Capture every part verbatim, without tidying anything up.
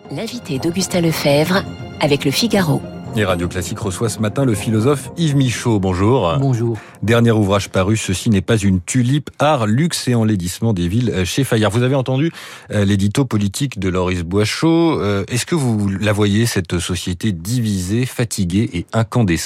L'invité d'Augustin Lefebvre avec Le Figaro. Et Radio Classique reçoit ce matin le philosophe Yves Michaud. Bonjour. Bonjour. Dernier ouvrage paru, Ceci n'est pas une tulipe, art, luxe et enlaidissement des villes chez Fayard. Vous avez entendu l'édito politique de Loris Boischaud. Est-ce que vous la voyez, cette société divisée, fatiguée et incandescente ?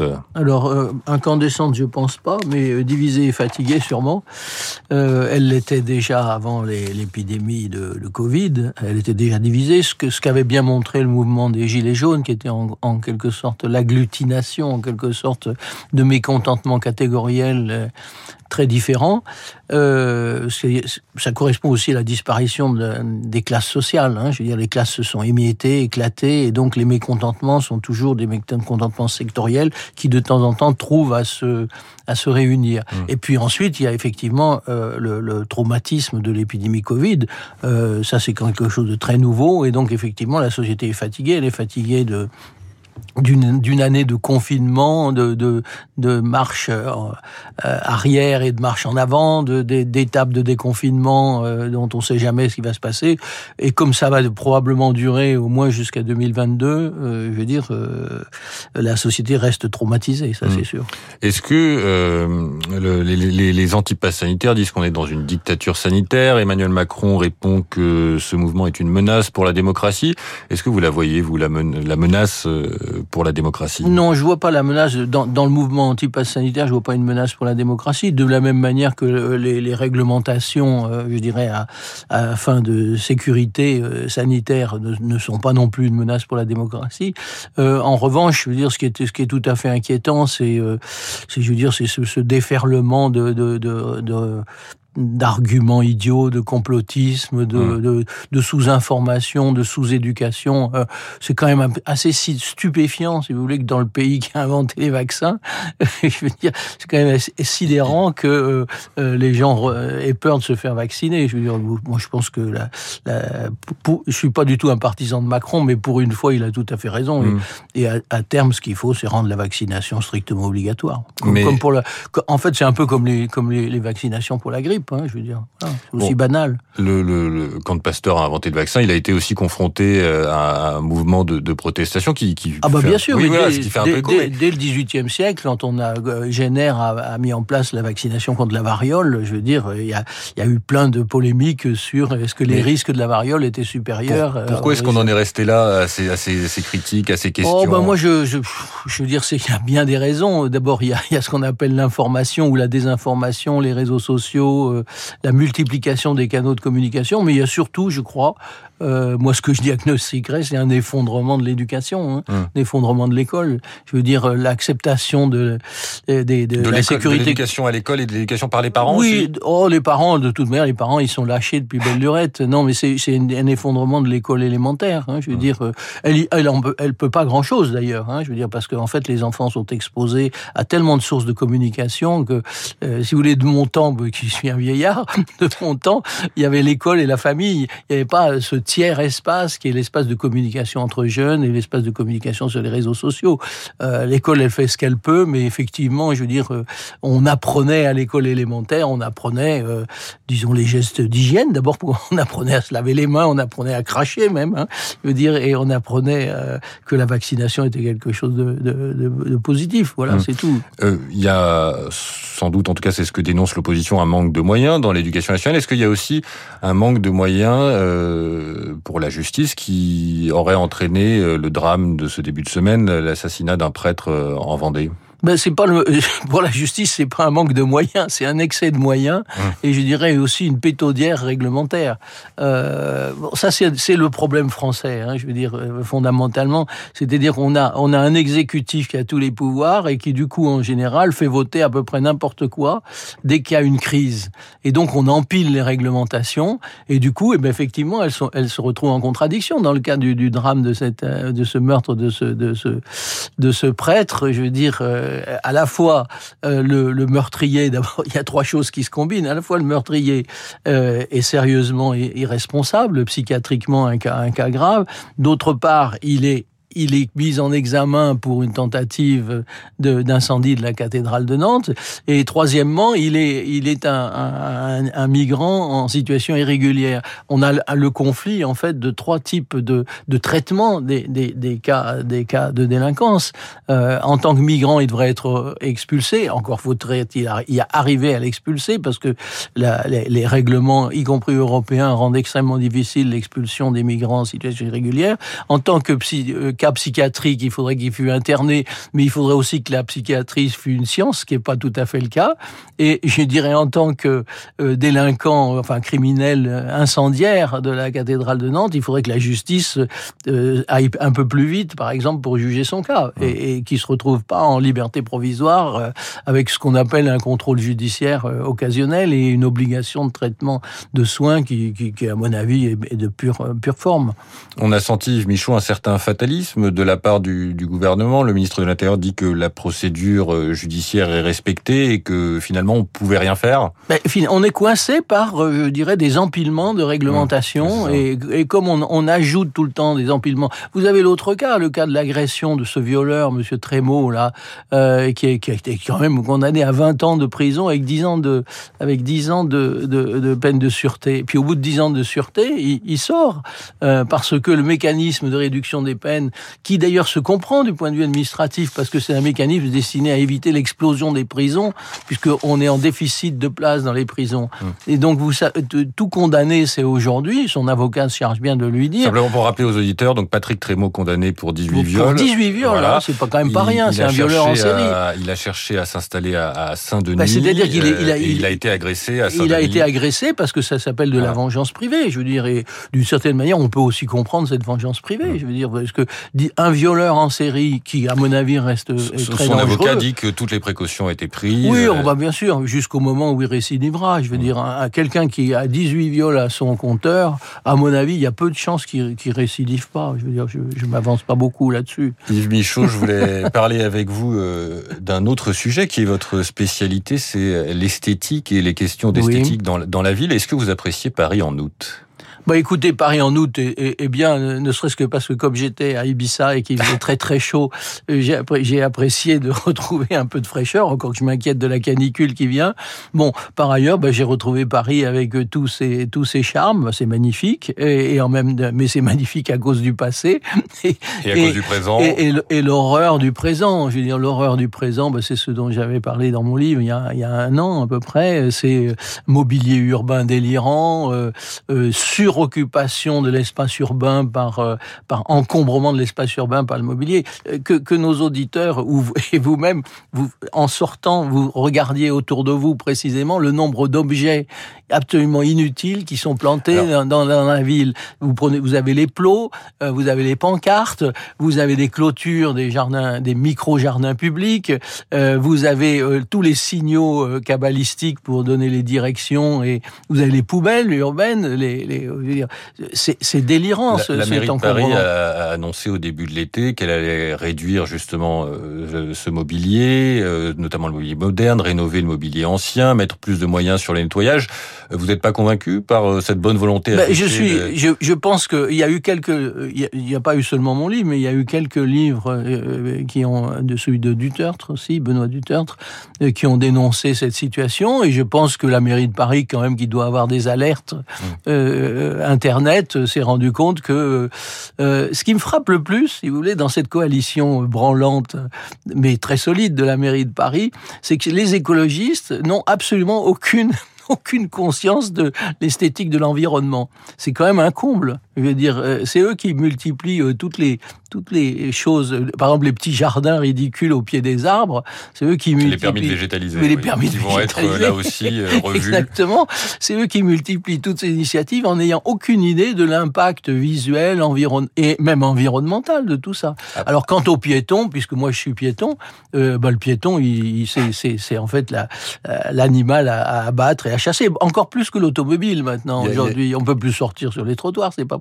Alors, euh, incandescente, je pense pas, mais divisée et fatiguée, sûrement. Euh, elle l'était déjà avant les, l'épidémie de, de Covid. Elle était déjà divisée, ce, que, ce qu'avait bien montré le mouvement des Gilets jaunes, qui était en, en quelque sorte l'agglutination, en quelque sorte, de mécontentement catégoriel euh, très différents. Euh, c'est, ça correspond aussi à la disparition de, des classes sociales. Hein. Je veux dire, les classes se sont émiettées, éclatées, et donc les mécontentements sont toujours des mécontentements sectoriels qui, de temps en temps, trouvent à se, à se réunir. Mmh. Et puis ensuite, il y a effectivement euh, le, le traumatisme de l'épidémie Covid. Euh, ça, c'est quelque chose de très nouveau, et donc effectivement, la société est fatiguée. Elle est fatiguée de D'une, d'une année de confinement, de, de, de marche euh, arrière et de marche en avant, de, de, d'étapes de déconfinement euh, dont on ne sait jamais ce qui va se passer. Et comme ça va probablement durer au moins jusqu'à deux mille vingt-deux, euh, je veux dire, euh, la société reste traumatisée, ça mmh. c'est sûr. Est-ce que euh, le, les, les, les antipasses sanitaires disent qu'on est dans une dictature sanitaire ? Emmanuel Macron répond que ce mouvement est une menace pour la démocratie. Est-ce que vous la voyez, vous, la, men- la menace euh, pour la démocratie ? Non, je vois pas la menace dans, dans le mouvement anti-pass sanitaire. Je vois pas une menace pour la démocratie. De la même manière que les, les réglementations, euh, je dirais à, à fin de sécurité euh, sanitaire, ne, ne sont pas non plus une menace pour la démocratie. Euh, en revanche, je veux dire, ce qui est ce qui est tout à fait inquiétant, c'est, euh, c'est je veux dire, c'est ce, ce déferlement de de de, de d'arguments idiots, de complotisme, de, mmh. de, de sous-information, de sous-éducation. Euh, c'est quand même assez stupéfiant, si vous voulez, que dans le pays qui a inventé les vaccins, je veux dire, c'est quand même sidérant que euh, les gens aient peur de se faire vacciner. Je veux dire, moi, je pense que la, la, pour, je suis pas du tout un partisan de Macron, mais pour une fois, il a tout à fait raison. Mmh. Et, et à, à terme, ce qu'il faut, c'est rendre la vaccination strictement obligatoire. Comme, mais... comme pour la, en fait, c'est un peu comme les, comme les, les vaccinations pour la grippe. Hein, je veux dire, voilà, c'est aussi bon, banal. Le, le, le, quand Pasteur a inventé le vaccin, il a été aussi confronté à un mouvement de, de protestation qui, qui ah bah fait bien un, sûr, oui, mais voilà, dès, ce qui fait un dès, peu écho, dès, mais... dès le dix-huitième siècle, quand on a Jenner a, a mis en place la vaccination contre la variole, je veux dire, il y a, il y a eu plein de polémiques sur est-ce que les mais risques de la variole étaient supérieurs. Pour, pourquoi est-ce qu'on en est resté là à ces, à ces, ces critiques, à ces questions ? Oh bah moi je, je, je veux dire, c'est qu'il y a bien des raisons. D'abord, il y a, il y a ce qu'on appelle l'information ou la désinformation, les réseaux sociaux, euh, la multiplication des canaux de communication, mais il y a surtout, je crois, euh, moi ce que je diagnostiquerais, c'est un effondrement de l'éducation, hein, mmh. un effondrement de l'école. Je veux dire, l'acceptation de, de, de, de, de la sécurité. De l'éducation à l'école et de l'éducation par les parents oui, aussi. Oh, les parents, de toute manière, les parents, ils sont lâchés depuis belle lurette. Non, mais c'est, c'est un effondrement de l'école élémentaire. Hein, je veux mmh. dire, elle, elle, elle, elle peut pas grand-chose d'ailleurs. Hein, je veux dire, parce qu'en fait, les enfants sont exposés à tellement de sources de communication que, euh, si vous voulez, de mon temps, qui suis un vieillard, de mon temps, il y avait l'école et la famille. Il n'y avait pas ce tiers espace qui est l'espace de communication entre jeunes et l'espace de communication sur les réseaux sociaux. Euh, l'école, elle fait ce qu'elle peut, mais effectivement, je veux dire, euh, on apprenait à l'école élémentaire, on apprenait, euh, disons, les gestes d'hygiène. D'abord, on apprenait à se laver les mains, on apprenait à cracher même, hein, je veux dire, et on apprenait euh, que la vaccination était quelque chose de, de, de, de positif. Voilà, mmh. c'est tout. Il euh, y a sans doute, en tout cas, c'est ce que dénonce l'opposition, un manque de moyens dans l'éducation nationale. Est-ce qu'il y a aussi un manque de moyens euh, pour la justice qui aurait entraîné le drame de ce début de semaine, l'assassinat d'un prêtre en Vendée ? Ben c'est pas le, pour la justice, c'est pas un manque de moyens, c'est un excès de moyens, mmh. et je dirais aussi une pétaudière réglementaire. Euh, bon, ça c'est, c'est le problème français, hein, je veux dire fondamentalement, c'est-à-dire on a on a un exécutif qui a tous les pouvoirs et qui du coup en général fait voter à peu près n'importe quoi dès qu'il y a une crise, et donc on empile les réglementations et du coup, eh ben effectivement elles sont elles se retrouvent en contradiction. Dans le cas du, du drame de cette de ce meurtre de ce de ce de ce prêtre, je veux dire. Euh, à la fois euh, le, le meurtrier, d'abord il y a trois choses qui se combinent, à la fois le meurtrier euh, est sérieusement irresponsable, psychiatriquement un cas, un cas grave, d'autre part il est il est mis en examen pour une tentative de, d'incendie de la cathédrale de Nantes. Et troisièmement, il est, il est un, un, un migrant en situation irrégulière. On a le conflit, en fait, de trois types de, de traitement des, des, des cas, des cas de délinquance. Euh, en tant que migrant, il devrait être expulsé. Encore faudrait-il y arriver à l'expulser parce que la, les, les règlements, y compris européens, rendent extrêmement difficile l'expulsion des migrants en situation irrégulière. En tant que psy, euh, cas psychiatrique, il faudrait qu'il fût interné, mais il faudrait aussi que la psychiatrie fût une science, ce qui n'est pas tout à fait le cas. Et je dirais en tant que euh, délinquant, enfin criminel incendiaire de la cathédrale de Nantes, il faudrait que la justice euh, aille un peu plus vite, par exemple, pour juger son cas, mmh. et, et qu'il se retrouve pas en liberté provisoire euh, avec ce qu'on appelle un contrôle judiciaire euh, occasionnel et une obligation de traitement de soins qui, qui, qui à mon avis, est de pure, pure forme. On a senti, Yves Michaud, un certain fatalisme de la part du, du gouvernement. Le ministre de l'Intérieur dit que la procédure judiciaire est respectée et que finalement on pouvait rien faire. Ben, on est coincé par, je dirais, des empilements de réglementation, mmh, et, et comme on, on ajoute tout le temps des empilements. Vous avez l'autre cas, le cas de l'agression de ce violeur, Monsieur Trémaud, là, euh, qui, est, qui a été quand même condamné à vingt ans de prison avec dix ans de, avec dix ans de, de, de peine de sûreté. Et puis au bout de dix ans de sûreté, il, il sort euh, parce que le mécanisme de réduction des peines, qui d'ailleurs se comprend du point de vue administratif, parce que c'est un mécanisme destiné à éviter l'explosion des prisons, puisqu'on est en déficit de place dans les prisons. Mmh. Et donc vous tout condamné, c'est aujourd'hui. Son avocat se charge bien de lui dire. Simplement pour rappeler aux auditeurs, donc Patrick Trémaud condamné pour dix-huit pour viols. Pour dix-huit viols, voilà. Hein, c'est pas quand même pas rien. Il, c'est un violeur en série. À, il a cherché à s'installer à, à Saint-Denis. Bah, c'est-à-dire qu'il est, il a, il, il a été agressé à Saint-Denis. Il a été agressé parce que ça s'appelle de voilà. la vengeance privée. Je veux dire, et d'une certaine manière, on peut aussi comprendre cette vengeance privée. Mmh. Je veux dire, parce que un violeur en série qui, à mon avis, reste S- très Son dangereux. avocat dit que toutes les précautions ont été prises. Oui, on va bien sûr, jusqu'au moment où il récidivera. Je veux mmh. dire, un, quelqu'un qui a dix-huit viols à son compteur, à mon avis, il y a peu de chances qu'il, qu'il récidive pas. Je veux dire, je, je m'avance pas beaucoup là-dessus. Yves Michaud, je voulais parler avec vous euh, d'un autre sujet qui est votre spécialité, c'est l'esthétique et les questions d'esthétique oui. dans, dans la ville. Est-ce que vous appréciez Paris en août ? Bah écoutez, Paris en août est, est, est bien, ne serait-ce que parce que comme j'étais à Ibiza et qu'il faisait très très chaud, j'ai, j'ai apprécié de retrouver un peu de fraîcheur, encore que je m'inquiète de la canicule qui vient. Bon, par ailleurs, bah, j'ai retrouvé Paris avec tous ses tous ses charmes, c'est magnifique, et, et en même, mais c'est magnifique à cause du passé et, et à et, cause du présent, et, et, et l'horreur du présent. Je veux dire, l'horreur du présent, bah, c'est ce dont j'avais parlé dans mon livre il y a il y a un an à peu près. C'est mobilier urbain délirant, euh, euh, sur occupation de l'espace urbain par euh, par encombrement de l'espace urbain par le mobilier, que que nos auditeurs ou vous, et vous-même vous en sortant vous regardiez autour de vous précisément le nombre d'objets absolument inutiles qui sont plantés Alors, dans, dans la ville. Vous prenez vous avez les plots, euh, vous avez les pancartes, vous avez des clôtures des jardins, des micro jardins publics, euh, vous avez euh, tous les signaux euh, cabalistiques pour donner les directions, et vous avez les poubelles urbaines, les, les C'est, c'est délirant. La, ce, la mairie de Paris moment. a annoncé au début de l'été qu'elle allait réduire justement euh, ce mobilier, euh, notamment le mobilier moderne, rénover le mobilier ancien, mettre plus de moyens sur les nettoyages. Vous n'êtes pas convaincu par euh, cette bonne volonté? Ben, je suis. De... Je, je pense qu'il y a eu quelques. Il n'y a, a pas eu seulement mon livre, mais il y a eu quelques livres euh, qui ont, de celui de Dutertre aussi, Benoît Dutertre, euh, qui ont dénoncé cette situation. Et je pense que la mairie de Paris, quand même, qui doit avoir des alertes. Mmh. Euh, Internet s'est rendu compte que euh, ce qui me frappe le plus, si vous voulez, dans cette coalition branlante, mais très solide de la mairie de Paris, c'est que les écologistes n'ont absolument aucune aucune conscience de l'esthétique de l'environnement. C'est quand même un comble. Je veux dire, c'est eux qui multiplient toutes les toutes les choses. Par exemple, les petits jardins ridicules au pied des arbres, c'est eux qui multiplient. Les permis de végétaliser. Mais les oui, permis qui de vont végétaliser. être là aussi euh, revus. Exactement. C'est eux qui multiplient toutes ces initiatives en n'ayant aucune idée de l'impact visuel, environ et même environnemental de tout ça. Ah. Alors, quant aux piétons, puisque moi je suis piéton, euh, bah, le piéton, il, il, c'est, c'est, c'est en fait la, l'animal à, à abattre et à chasser. Encore plus que l'automobile maintenant. Aujourd'hui, on peut plus sortir sur les trottoirs, c'est pas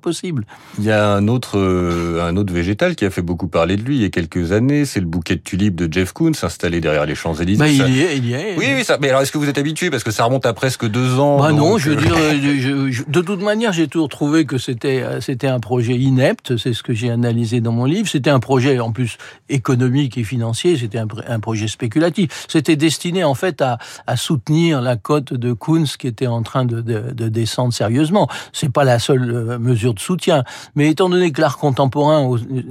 possible. Il y a un autre, euh, un autre végétal qui a fait beaucoup parler de lui il y a quelques années, c'est le bouquet de tulipes de Jeff Koons, installé derrière les Champs-Élysées. Bah, ça... il y est, il y est. Oui, oui, ça... mais alors est-ce que vous êtes habitué, parce que ça remonte à presque deux ans? Bah donc... non, je veux dire, je, je, de toute manière, j'ai toujours trouvé que c'était, c'était un projet inepte, c'est ce que j'ai analysé dans mon livre, c'était un projet en plus économique et financier, c'était un, un projet spéculatif, c'était destiné en fait à, à soutenir la cote de Koons qui était en train de, de, de descendre sérieusement. C'est pas la seule mesure de soutien, mais étant donné que l'art contemporain,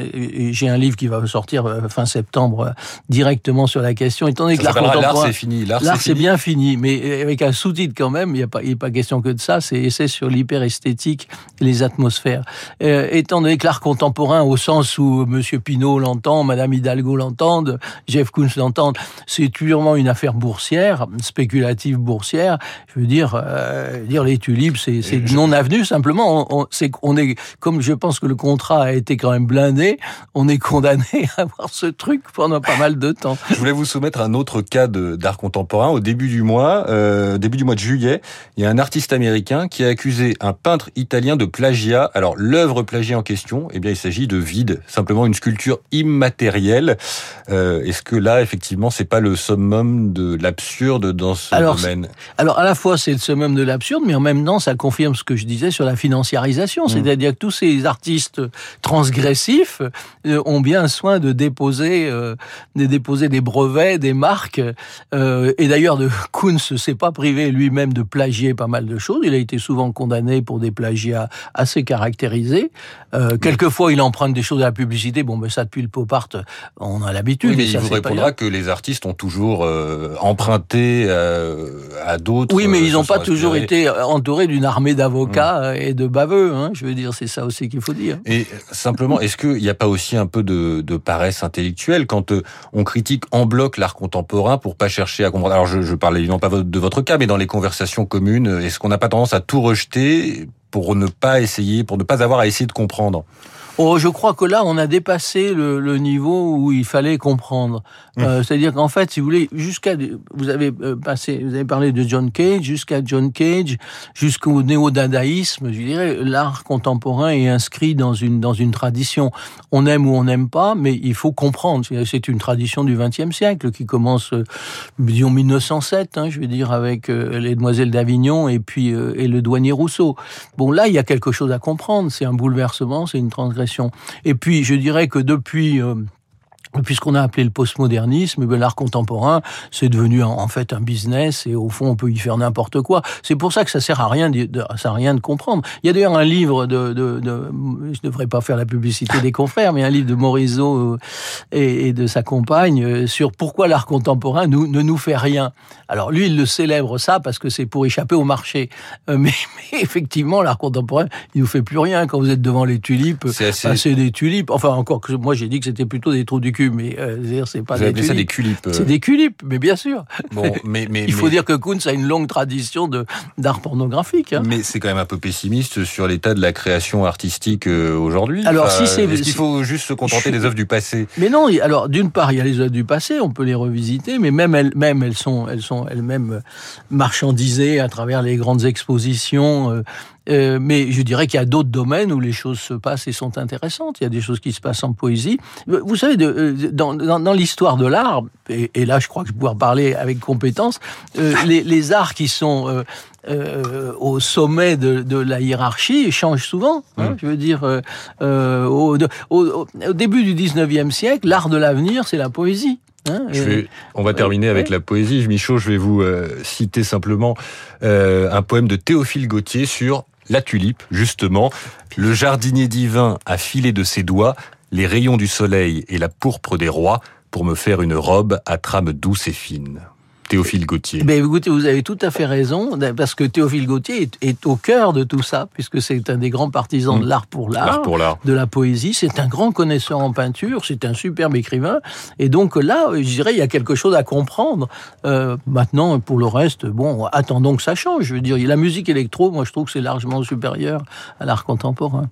j'ai un livre qui va sortir fin septembre directement sur la question, étant donné ça que l'art contemporain, l'art c'est fini, l'art, l'art c'est, c'est fini. bien fini, mais avec un sous-titre quand même, il n'y a pas, il n'y a pas question que de ça, c'est essai sur l'hyperesthétique et les atmosphères. Euh, étant donné que l'art contemporain, au sens où Monsieur Pinault l'entend, Madame Hidalgo l'entendent, Jeff Koons l'entendent, c'est purement une affaire boursière, spéculative boursière. Je veux dire, euh, dire les tulipes, c'est, c'est je... non avenu. Simplement, on, on, c'est qu'on est, comme je pense que le contrat a été quand même blindé, on est condamné à avoir ce truc pendant pas mal de temps. Je voulais vous soumettre un autre cas de, d'art contemporain. Au début du mois, euh, début du mois de juillet, il y a un artiste américain qui a accusé un peintre italien de plagiat. Alors, l'œuvre plagiée en question, eh bien, il s'agit de Vide, simplement une sculpture immatérielle. Euh, est-ce que là, effectivement, c'est pas le summum de l'absurde dans ce alors, domaine? Alors, à la fois, c'est le summum de l'absurde, mais en même temps, ça confirme ce que je disais sur la financiarisation. Mmh. C'est-à-dire que tous ces artistes transgressifs euh, ont bien soin de déposer, euh, de déposer des brevets, des marques. Euh, et d'ailleurs, de Koons s'est pas privé lui-même de plagier pas mal de choses. Il a été souvent condamné pour des plagiats assez caractérisés. Euh, quelquefois, il emprunte des choses à la publicité. Bon, ben ça, depuis le pop art, on a l'habitude. Oui, mais ça, il vous répondra que les artistes ont toujours euh, emprunté euh, à d'autres. Oui, mais ils n'ont euh, pas toujours inspirés. été entourés d'une armée d'avocats mmh. et de baveux. Hein. Je veux dire, c'est ça aussi qu'il faut dire. Et simplement, est-ce qu'il n'y a pas aussi un peu de, de paresse intellectuelle quand euh, on critique en bloc l'art contemporain pour pas chercher à comprendre? Alors, je, je parle évidemment pas de votre cas, mais dans les conversations communes, est-ce qu'on n'a pas tendance à tout rejeter pour ne pas essayer, pour ne pas avoir à essayer de comprendre? Oh, je crois que là, on a dépassé le, le niveau où il fallait comprendre. Mmh. Euh, c'est-à-dire qu'en fait, si vous voulez, jusqu'à vous avez passé, vous avez parlé de John Cage, jusqu'à John Cage, jusqu'au néo-dadaïsme, je dirais, l'art contemporain est inscrit dans une dans une tradition. On aime ou on n'aime pas, mais il faut comprendre. C'est une tradition du vingtième siècle qui commence, disons mille neuf cent sept, hein, je veux dire, avec euh, les Demoiselles d'Avignon et puis euh, et le douanier Rousseau. Bon, là, il y a quelque chose à comprendre. C'est un bouleversement, c'est une transgression. Et puis, je dirais que depuis... Euh, Puisqu'on a appelé le postmodernisme, ben l'art contemporain, c'est devenu en fait un business et au fond on peut y faire n'importe quoi. C'est pour ça que ça sert à rien de, de ça sert à rien de comprendre. Il y a d'ailleurs un livre de, de, de je devrais pas faire la publicité des confrères, mais un livre de Morisot et, et de sa compagne sur pourquoi l'art contemporain nous, ne nous fait rien. Alors lui, il le célèbre ça parce que c'est pour échapper au marché. Mais, mais effectivement, l'art contemporain, il nous fait plus rien quand vous êtes devant les tulipes. C'est, assez... ben, c'est des tulipes. Enfin encore que moi j'ai dit que c'était plutôt des trous du cul. Mais euh, c'est pas Vous des appelez tulipes. ça des culipes. C'est des culipes, mais bien sûr. Bon, mais, mais, il faut mais... dire que Koons a une longue tradition de, d'art pornographique. Hein. Mais c'est quand même un peu pessimiste sur l'état de la création artistique aujourd'hui. Alors, enfin, si c'est, est-ce qu'il faut juste se contenter des œuvres du passé? Mais non. Alors, d'une part, il y a les œuvres du passé, on peut les revisiter, mais même elles, même elles sont, elles sont elles-mêmes marchandisées à travers les grandes expositions. Euh, Euh, mais je dirais qu'il y a d'autres domaines où les choses se passent et sont intéressantes. Il y a des choses qui se passent en poésie. Vous savez, de, dans, dans, dans l'histoire de l'art, et, et là je crois que je vais pouvoir parler avec compétence, euh, les, les arts qui sont euh, euh, au sommet de, de la hiérarchie changent souvent. Hein, mmh. Je veux dire, euh, euh, au, au, au début du dix-neuvième siècle, l'art de l'avenir, c'est la poésie. Hein, je vais, on va terminer euh, avec ouais. la poésie. Michaud, je vais vous euh, citer simplement euh, un poème de Théophile Gautier sur la tulipe, justement. Le jardinier divin a filé de ses doigts les rayons du soleil et la pourpre des rois pour me faire une robe à trame douce et fine. Théophile Gautier. Ben, écoutez, vous avez tout à fait raison, parce que Théophile Gautier est, est au cœur de tout ça, puisque c'est un des grands partisans mmh. de l'art pour l'art, l'art pour l'art, de la poésie. C'est un grand connaisseur en peinture, c'est un superbe écrivain. Et donc là, je dirais, il y a quelque chose à comprendre. Euh, maintenant, pour le reste, bon, attendons que ça change. Je veux dire, la musique électro, moi, je trouve que c'est largement supérieur à l'art contemporain.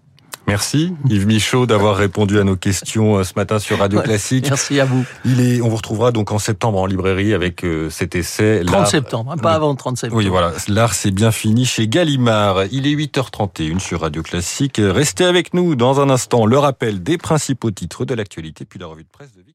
Merci Yves Michaud d'avoir répondu à nos questions ce matin sur Radio Classique. Merci à vous. Il est, on vous retrouvera donc en septembre en librairie avec euh, cet essai. trente septembre, hein, pas le... avant le trente septembre. Oui, voilà. L'art, c'est bien fini chez Gallimard. Il est huit heures trente et une sur Radio Classique. Restez avec nous dans un instant. Le rappel des principaux titres de l'actualité, puis la revue de presse de Victor.